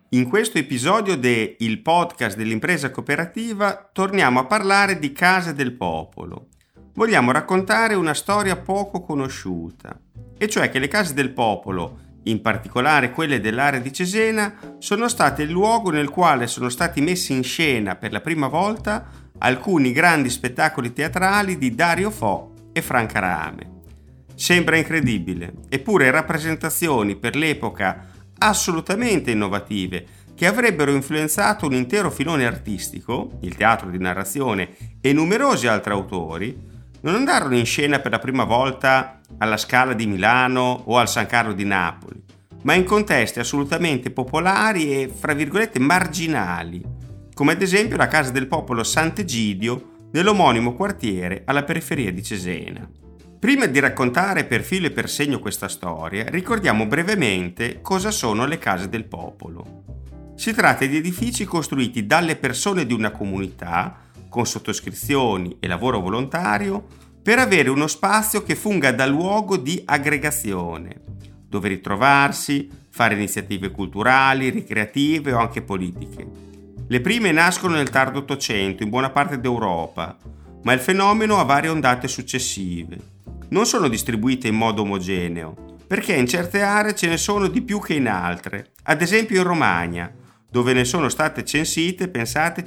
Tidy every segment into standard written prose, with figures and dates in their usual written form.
In questo episodio de Il podcast dell'impresa cooperativa torniamo a parlare di Case del Popolo. Vogliamo raccontare una storia poco conosciuta, e cioè che le Case del Popolo, in particolare quelle dell'area di Cesena, sono state il luogo nel quale sono stati messi in scena per la prima volta alcuni grandi spettacoli teatrali di Dario Fo e Franca Rame. Sembra incredibile, eppure rappresentazioni per l'epoca assolutamente innovative che avrebbero influenzato un intero filone artistico, il teatro di narrazione e numerosi altri autori, non andarono in scena per la prima volta alla Scala di Milano o al San Carlo di Napoli, ma in contesti assolutamente popolari e, fra virgolette, marginali, come ad esempio la Casa del Popolo Sant'Egidio nell'omonimo quartiere alla periferia di Cesena. Prima di raccontare per filo e per segno questa storia, ricordiamo brevemente cosa sono le Case del Popolo. Si tratta di edifici costruiti dalle persone di una comunità, con sottoscrizioni e lavoro volontario, per avere uno spazio che funga da luogo di aggregazione, dove ritrovarsi, fare iniziative culturali, ricreative o anche politiche. Le prime nascono nel tardo Ottocento in buona parte d'Europa, ma il fenomeno ha varie ondate successive. Non sono distribuite in modo omogeneo, perché in certe aree ce ne sono di più che in altre, ad esempio in Romagna, dove ne sono state censite, pensate,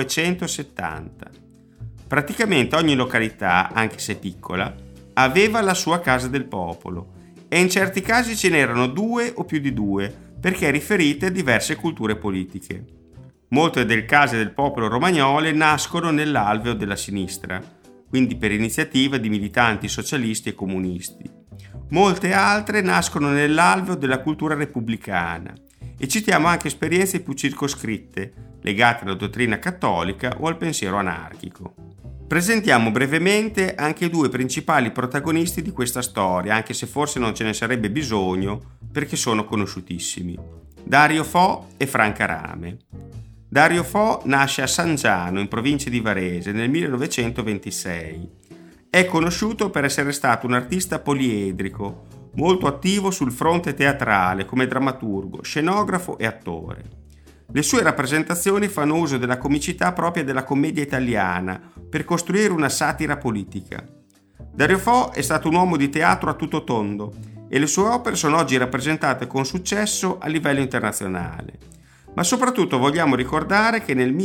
570. Praticamente ogni località, anche se piccola, aveva la sua Casa del Popolo, e in certi casi ce n'erano 2 o più di 2, perché riferite a diverse culture politiche. Molte delle Case del Popolo romagnole nascono nell'alveo della sinistra, quindi per iniziativa di militanti socialisti e comunisti. Molte altre nascono nell'alveo della cultura repubblicana e citiamo anche esperienze più circoscritte, legate alla dottrina cattolica o al pensiero anarchico. Presentiamo brevemente anche i 2 principali protagonisti di questa storia, anche se forse non ce ne sarebbe bisogno perché sono conosciutissimi: Dario Fo e Franca Rame. Dario Fo nasce a San Giano, in provincia di Varese, nel 1926. È conosciuto per essere stato un artista poliedrico, molto attivo sul fronte teatrale come drammaturgo, scenografo e attore. Le sue rappresentazioni fanno uso della comicità propria della commedia italiana per costruire una satira politica. Dario Fo è stato un uomo di teatro a tutto tondo e le sue opere sono oggi rappresentate con successo a livello internazionale. Ma soprattutto vogliamo ricordare che nel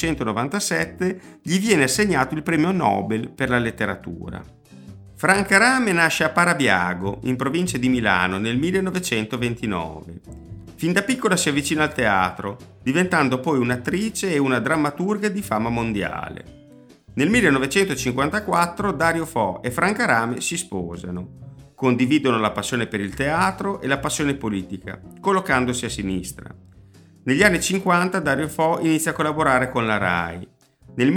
1997 gli viene assegnato il premio Nobel per la letteratura. Franca Rame nasce a Parabiago, in provincia di Milano, nel 1929. Fin da piccola si avvicina al teatro, diventando poi un'attrice e una drammaturga di fama mondiale. Nel 1954 Dario Fo e Franca Rame si sposano. Condividono la passione per il teatro e la passione politica, collocandosi a sinistra. Negli anni 50 Dario Fo inizia a collaborare con la RAI. Nel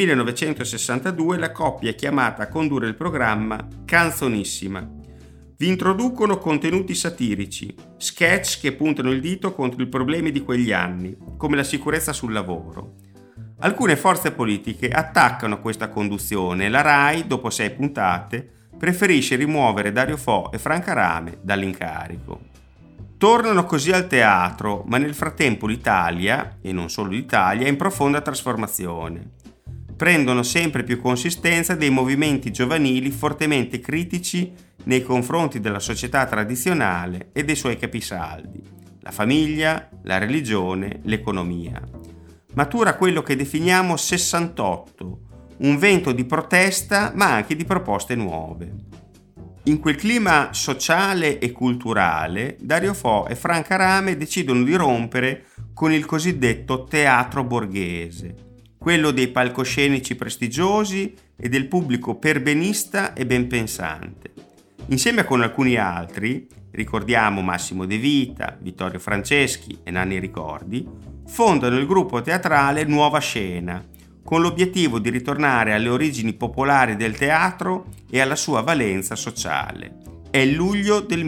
1962 la coppia è chiamata a condurre il programma Canzonissima. Vi introducono contenuti satirici, sketch che puntano il dito contro i problemi di quegli anni, come la sicurezza sul lavoro. Alcune forze politiche attaccano questa conduzione e la RAI, dopo 6 puntate, preferisce rimuovere Dario Fo e Franca Rame dall'incarico. Tornano così al teatro, ma nel frattempo l'Italia, e non solo l'Italia, è in profonda trasformazione. Prendono sempre più consistenza dei movimenti giovanili fortemente critici nei confronti della società tradizionale e dei suoi capisaldi, la famiglia, la religione, l'economia. Matura quello che definiamo 68, un vento di protesta ma anche di proposte nuove. In quel clima sociale e culturale, Dario Fo e Franca Rame decidono di rompere con il cosiddetto teatro borghese, quello dei palcoscenici prestigiosi e del pubblico perbenista e ben pensante. Insieme con alcuni altri, ricordiamo Massimo De Vita, Vittorio Franceschi e Nanni Ricordi, fondano il gruppo teatrale Nuova Scena, con l'obiettivo di ritornare alle origini popolari del teatro e alla sua valenza sociale. È il luglio del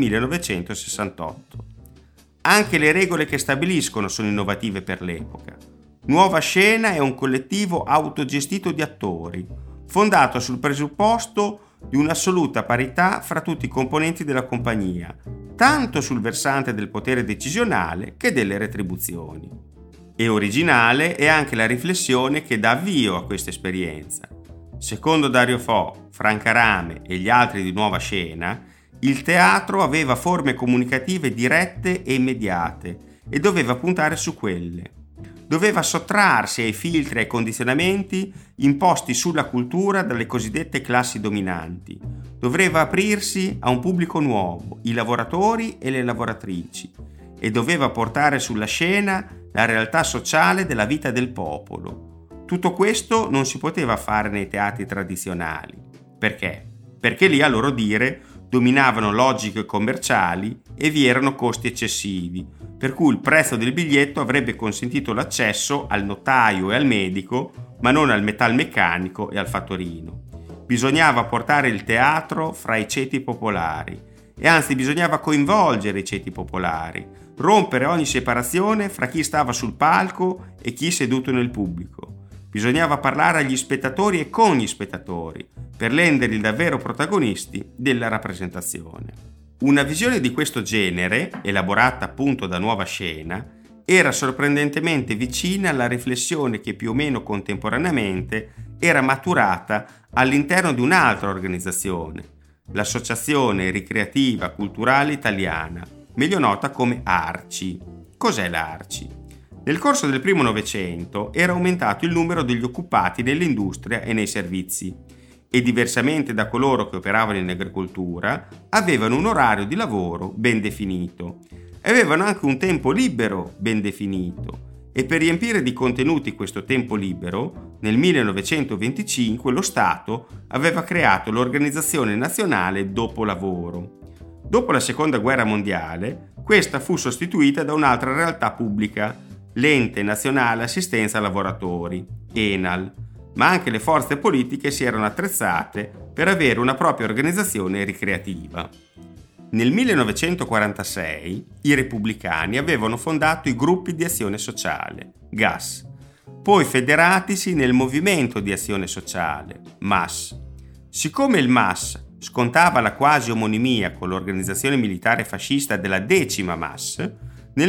1968. Anche le regole che stabiliscono sono innovative per l'epoca. Nuova Scena è un collettivo autogestito di attori, fondato sul presupposto di un'assoluta parità fra tutti i componenti della compagnia, tanto sul versante del potere decisionale che delle retribuzioni. E originale è anche la riflessione che dà avvio a questa esperienza. Secondo Dario Fo, Franca Rame e gli altri di Nuova Scena, il teatro aveva forme comunicative dirette e immediate e doveva puntare su quelle. Doveva sottrarsi ai filtri e ai condizionamenti imposti sulla cultura dalle cosiddette classi dominanti. Doveva aprirsi a un pubblico nuovo, i lavoratori e le lavoratrici, e doveva portare sulla scena la realtà sociale della vita del popolo. Tutto questo non si poteva fare nei teatri tradizionali. Perché? Perché lì, a loro dire, dominavano logiche commerciali e vi erano costi eccessivi, per cui il prezzo del biglietto avrebbe consentito l'accesso al notaio e al medico, ma non al metalmeccanico e al fattorino. Bisognava portare il teatro fra i ceti popolari, e anzi bisognava coinvolgere i ceti popolari, rompere ogni separazione fra chi stava sul palco e chi seduto nel pubblico. Bisognava parlare agli spettatori e con gli spettatori, per renderli davvero protagonisti della rappresentazione. Una visione di questo genere, elaborata appunto da Nuova Scena, era sorprendentemente vicina alla riflessione che più o meno contemporaneamente era maturata all'interno di un'altra organizzazione, l'Associazione Ricreativa Culturale Italiana, meglio nota come ARCI. Cos'è l'ARCI? Nel corso del primo Novecento era aumentato il numero degli occupati nell'industria e nei servizi e, diversamente da coloro che operavano in agricoltura, avevano un orario di lavoro ben definito e avevano anche un tempo libero ben definito, e per riempire di contenuti questo tempo libero, nel 1925 lo Stato aveva creato l'Organizzazione Nazionale Dopolavoro. Dopo la Seconda Guerra Mondiale, questa fu sostituita da un'altra realtà pubblica, l'Ente Nazionale Assistenza Lavoratori, ENAL, ma anche le forze politiche si erano attrezzate per avere una propria organizzazione ricreativa. Nel 1946 i repubblicani avevano fondato i gruppi di azione sociale, GAS, poi federatisi nel Movimento di Azione Sociale, MAS. Siccome il MAS scontava la quasi omonimia con l'organizzazione militare fascista della Decima MAS, nel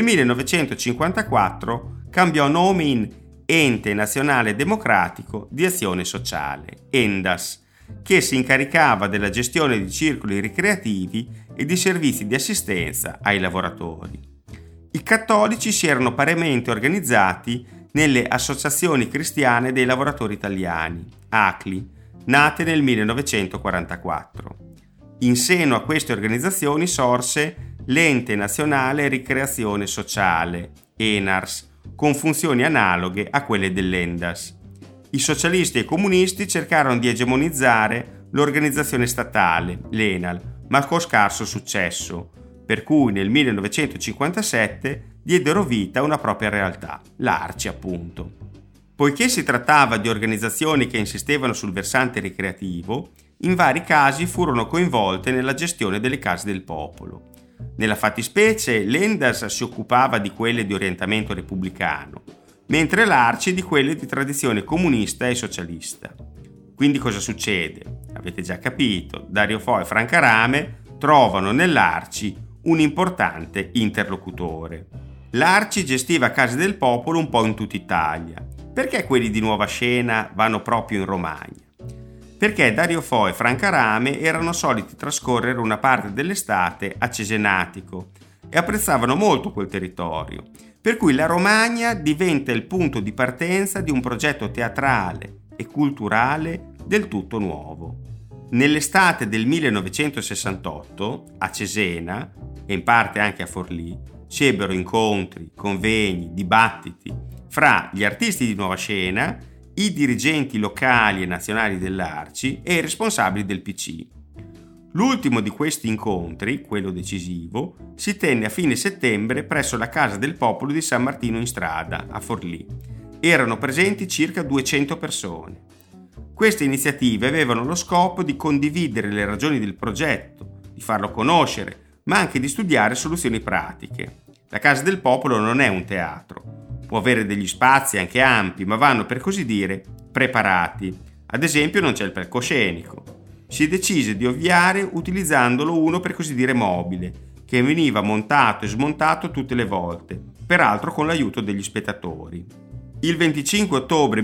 1954 cambiò nome in Ente Nazionale Democratico di Azione Sociale, ENDAS, che si incaricava della gestione di circoli ricreativi e di servizi di assistenza ai lavoratori. I cattolici si erano paremente organizzati nelle Associazioni Cristiane dei Lavoratori Italiani, ACLI, nate nel 1944. In seno a queste organizzazioni sorse l'Ente Nazionale Ricreazione Sociale, ENARS, con funzioni analoghe a quelle dell'ENDAS. I socialisti e i comunisti cercarono di egemonizzare l'organizzazione statale, l'ENAL, ma con scarso successo, per cui nel 1957 diedero vita a una propria realtà, l'ARCI appunto. Poiché si trattava di organizzazioni che insistevano sul versante ricreativo, in vari casi furono coinvolte nella gestione delle case del popolo. Nella fattispecie l'ENDAS si occupava di quelle di orientamento repubblicano, mentre l'ARCI di quelle di tradizione comunista e socialista. Quindi cosa succede? Avete già capito, Dario Fo e Franca Rame trovano nell'ARCI un importante interlocutore. L'ARCI gestiva case del popolo un po' in tutta Italia. Perché quelli di Nuova Scena vanno proprio in Romagna? Perché Dario Fo e Franca Rame erano soliti trascorrere una parte dell'estate a Cesenatico e apprezzavano molto quel territorio, per cui la Romagna diventa il punto di partenza di un progetto teatrale e culturale del tutto nuovo. Nell'estate del 1968, a Cesena, e in parte anche a Forlì, si ebbero incontri, convegni, dibattiti fra gli artisti di Nuova Scena, i dirigenti locali e nazionali dell'ARCI e i responsabili del PC. L'ultimo di questi incontri, quello decisivo, si tenne a fine settembre presso la Casa del Popolo di San Martino in Strada, a Forlì. Erano presenti circa 200 persone. Queste iniziative avevano lo scopo di condividere le ragioni del progetto, di farlo conoscere, ma anche di studiare soluzioni pratiche. La Casa del Popolo non è un teatro. Può avere degli spazi anche ampi, ma vanno per così dire preparati. Ad esempio non c'è il palcoscenico. Si decise di ovviare utilizzandolo uno per così dire mobile, che che veniva montato e smontato tutte le volte, peraltro con l'aiuto degli spettatori. Il 25 ottobre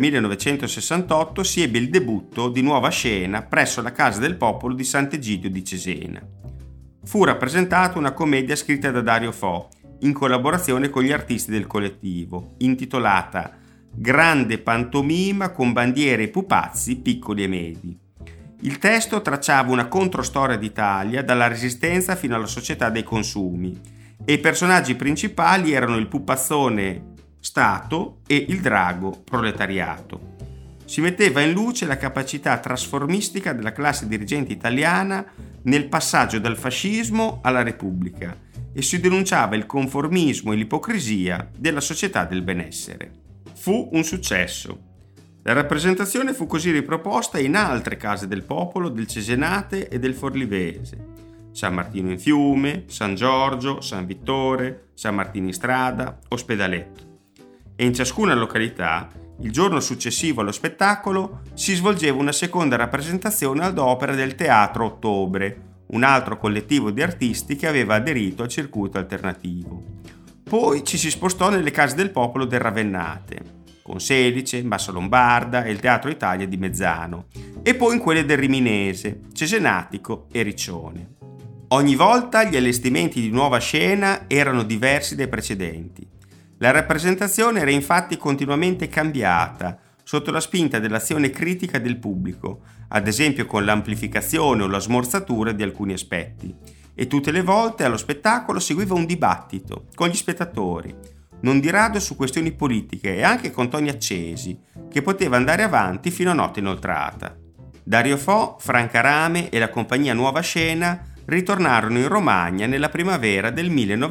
1968 si ebbe il debutto di Nuova Scena presso la Casa del Popolo di Sant'Egidio di Cesena. Fu rappresentata una commedia scritta da Dario Fo, in collaborazione con gli artisti del collettivo, intitolata Grande pantomima con bandiere e pupazzi piccoli e medi. Il testo tracciava una controstoria d'Italia dalla Resistenza fino alla società dei consumi e i personaggi principali erano il pupazzone Stato e il drago proletariato. Si metteva in luce la capacità trasformistica della classe dirigente italiana nel passaggio dal fascismo alla Repubblica e si denunciava il conformismo e l'ipocrisia della società del benessere. Fu un successo. La rappresentazione fu così riproposta in altre case del popolo del Cesenate e del Forlivese: San Martino in Fiume, San Giorgio, San Vittore, San Martino in Strada, Ospedaletto. E in ciascuna località, il giorno successivo allo spettacolo, si svolgeva una seconda rappresentazione ad opera del Teatro Ottobre, un altro collettivo di artisti che aveva aderito al circuito alternativo. Poi ci si spostò nelle case del popolo del Ravennate, con Selice, Massa Lombarda e il Teatro Italia di Mezzano, e poi in quelle del Riminese, Cesenatico e Riccione. Ogni volta gli allestimenti di Nuova Scena erano diversi dai precedenti. La rappresentazione era infatti continuamente cambiata, sotto la spinta dell'azione critica del pubblico, ad esempio con l'amplificazione o la smorzatura di alcuni aspetti. E tutte le volte allo spettacolo seguiva un dibattito con gli spettatori, non di rado su questioni politiche e anche con toni accesi, che poteva andare avanti fino a notte inoltrata. Dario Fo, Franca Rame e la compagnia Nuova Scena ritornarono in Romagna nella primavera del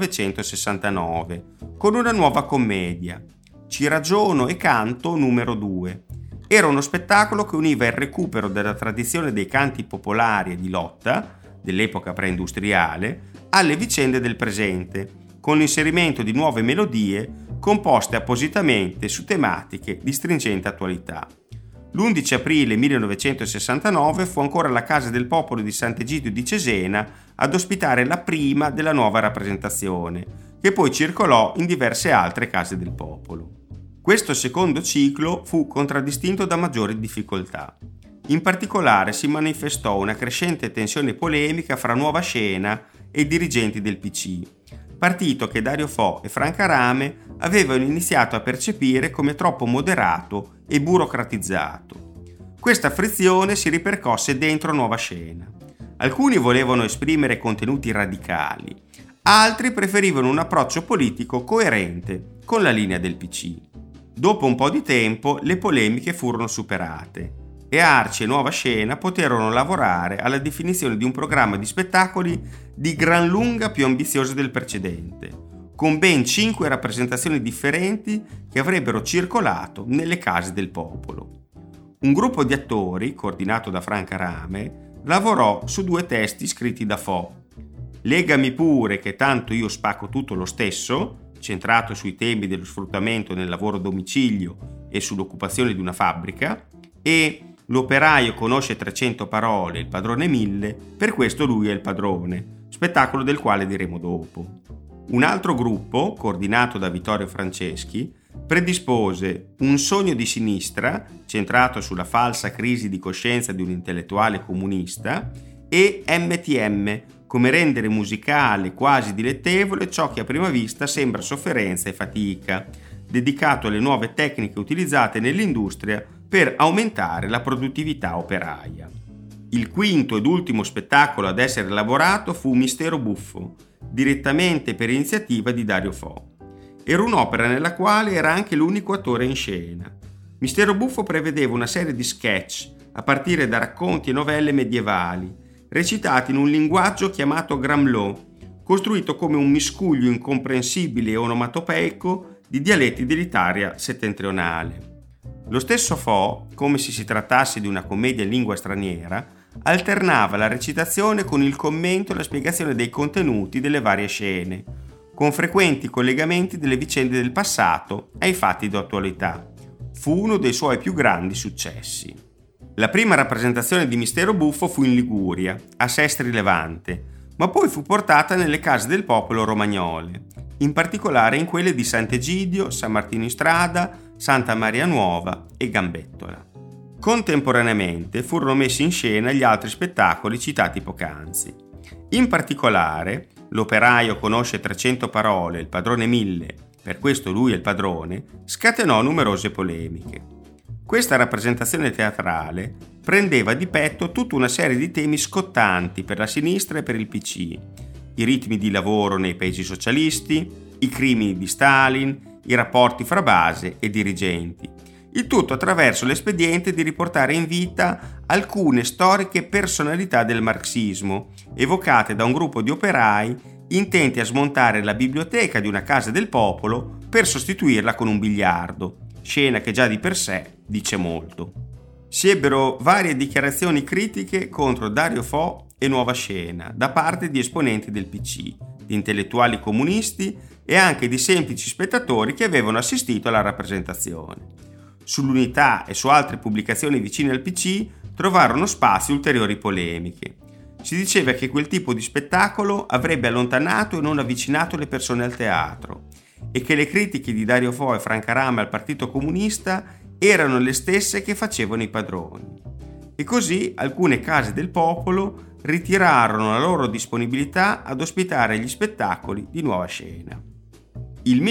1969 con una nuova commedia, Ci ragiono e canto numero 2. Era uno spettacolo che univa il recupero della tradizione dei canti popolari e di lotta dell'epoca preindustriale alle vicende del presente, con l'inserimento di nuove melodie composte appositamente su tematiche di stringente attualità. L'11 aprile 1969 fu ancora la Casa del Popolo di Sant'Egidio di Cesena ad ospitare la prima della nuova rappresentazione, che poi circolò in diverse altre case del popolo. Questo secondo ciclo fu contraddistinto da maggiori difficoltà. In particolare si manifestò una crescente tensione polemica fra Nuova Scena e i dirigenti del PC, partito che Dario Fo e Franca Rame avevano iniziato a percepire come troppo moderato e burocratizzato. Questa frizione si ripercosse dentro Nuova Scena. Alcuni volevano esprimere contenuti radicali, altri preferivano un approccio politico coerente con la linea del PC. Dopo un po' di tempo le polemiche furono superate e Arci e Nuova Scena poterono lavorare alla definizione di un programma di spettacoli di gran lunga più ambizioso del precedente, con ben 5 rappresentazioni differenti che avrebbero circolato nelle case del popolo. Un gruppo di attori, coordinato da Franca Rame, lavorò su 2 testi scritti da Fo: Legami pure che tanto io spacco tutto lo stesso, centrato sui temi dello sfruttamento nel lavoro a domicilio e sull'occupazione di una fabbrica, e L'operaio conosce 300 parole, il padrone 1000, per questo lui è il padrone, spettacolo del quale diremo dopo. Un altro gruppo, coordinato da Vittorio Franceschi, predispose Un sogno di sinistra, centrato sulla falsa crisi di coscienza di un intellettuale comunista, e MTM, come rendere musicale quasi dilettevole ciò che a prima vista sembra sofferenza e fatica, dedicato alle nuove tecniche utilizzate nell'industria per aumentare la produttività operaia. Il quinto ed ultimo spettacolo ad essere elaborato fu Mistero Buffo, direttamente per iniziativa di Dario Fo. Era un'opera nella quale era anche l'unico attore in scena. Mistero Buffo prevedeva una serie di sketch a partire da racconti e novelle medievali, recitati in un linguaggio chiamato Gramlò, costruito come un miscuglio incomprensibile e onomatopeico di dialetti dell'Italia settentrionale. Lo stesso Fo, come se si trattasse di una commedia in lingua straniera, alternava la recitazione con il commento e la spiegazione dei contenuti delle varie scene, con frequenti collegamenti delle vicende del passato ai fatti d'attualità. Fu uno dei suoi più grandi successi. La prima rappresentazione di Mistero Buffo fu in Liguria, a Sestri Levante, ma poi fu portata nelle case del popolo romagnole, in particolare in quelle di Sant'Egidio, San Martino in Strada, Santa Maria Nuova e Gambettola. Contemporaneamente furono messi in scena gli altri spettacoli citati poc'anzi. In particolare, l'operaio conosce 300 parole, il padrone 1000, per questo lui è il padrone, scatenò numerose polemiche. Questa rappresentazione teatrale prendeva di petto tutta una serie di temi scottanti per la sinistra e per il PC: i ritmi di lavoro nei paesi socialisti, i crimini di Stalin, i rapporti fra base e dirigenti. Il tutto attraverso l'espediente di riportare in vita alcune storiche personalità del marxismo, evocate da un gruppo di operai intenti a smontare la biblioteca di una casa del popolo per sostituirla con un biliardo, scena che già di per sé dice molto. Si ebbero varie dichiarazioni critiche contro Dario Fo e Nuova Scena da parte di esponenti del PC, di intellettuali comunisti e anche di semplici spettatori che avevano assistito alla rappresentazione. Sull'Unità e su altre pubblicazioni vicine al PC trovarono spazio ulteriori polemiche. Si diceva che quel tipo di spettacolo avrebbe allontanato e non avvicinato le persone al teatro e che le critiche di Dario Fo e Franca Rame al Partito Comunista erano le stesse che facevano i padroni. E così alcune case del popolo ritirarono la loro disponibilità ad ospitare gli spettacoli di Nuova Scena. Il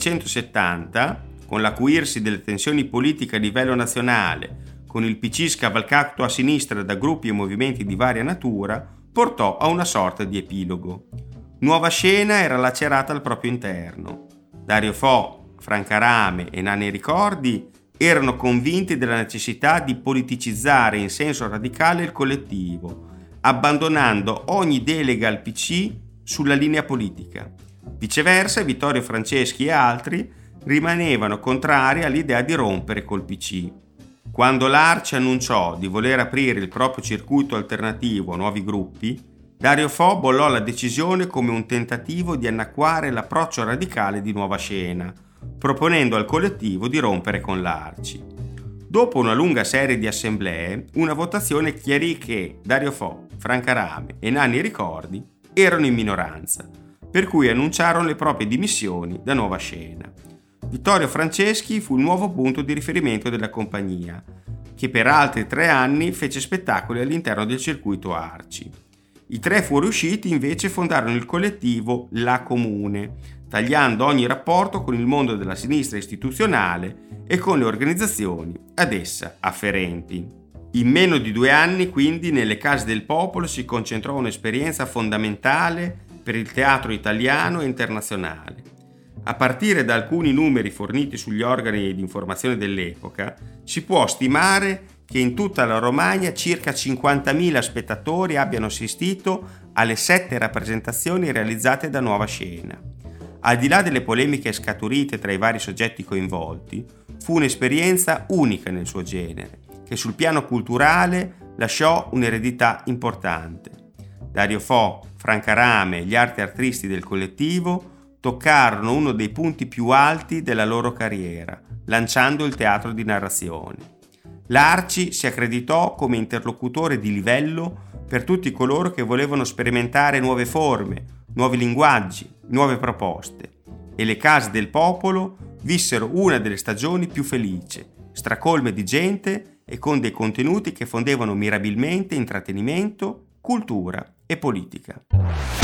1970, con l'acuirsi delle tensioni politiche a livello nazionale, con il PC scavalcato a sinistra da gruppi e movimenti di varia natura, portò a una sorta di epilogo. Nuova Scena era lacerata al proprio interno. Dario Fo, Franca Rame e Nanni Ricordi erano convinti della necessità di politicizzare in senso radicale il collettivo, abbandonando ogni delega al PC sulla linea politica. Viceversa, Vittorio Franceschi e altri rimanevano contrari all'idea di rompere col PC. Quando l'Arci annunciò di voler aprire il proprio circuito alternativo a nuovi gruppi, Dario Fo bollò la decisione come un tentativo di annacquare l'approccio radicale di Nuova Scena, proponendo al collettivo di rompere con l'Arci. Dopo una lunga serie di assemblee, una votazione chiarì che Dario Fo, Franca Rame e Nanni Ricordi erano in minoranza, per cui annunciarono le proprie dimissioni da Nuova Scena. Vittorio Franceschi fu il nuovo punto di riferimento della compagnia, che per altri 3 anni fece spettacoli all'interno del circuito Arci. I 3 fuoriusciti invece fondarono il collettivo La Comune, tagliando ogni rapporto con il mondo della sinistra istituzionale e con le organizzazioni ad essa afferenti. In meno di 2 anni, quindi, nelle case del popolo si concentrò un'esperienza fondamentale per il teatro italiano e internazionale. A partire da alcuni numeri forniti sugli organi di informazione dell'epoca, si può stimare che in tutta la Romagna circa 50.000 spettatori abbiano assistito alle 7 rappresentazioni realizzate da Nuova Scena. Al di là delle polemiche scaturite tra i vari soggetti coinvolti, fu un'esperienza unica nel suo genere, che sul piano culturale lasciò un'eredità importante. Dario Fo, Franca Rame e gli altri artisti del collettivo toccarono uno dei punti più alti della loro carriera, lanciando il teatro di narrazione. L'Arci si accreditò come interlocutore di livello per tutti coloro che volevano sperimentare nuove forme, nuovi linguaggi, nuove proposte, e le case del popolo vissero una delle stagioni più felici, stracolme di gente e con dei contenuti che fondevano mirabilmente intrattenimento, cultura e politica.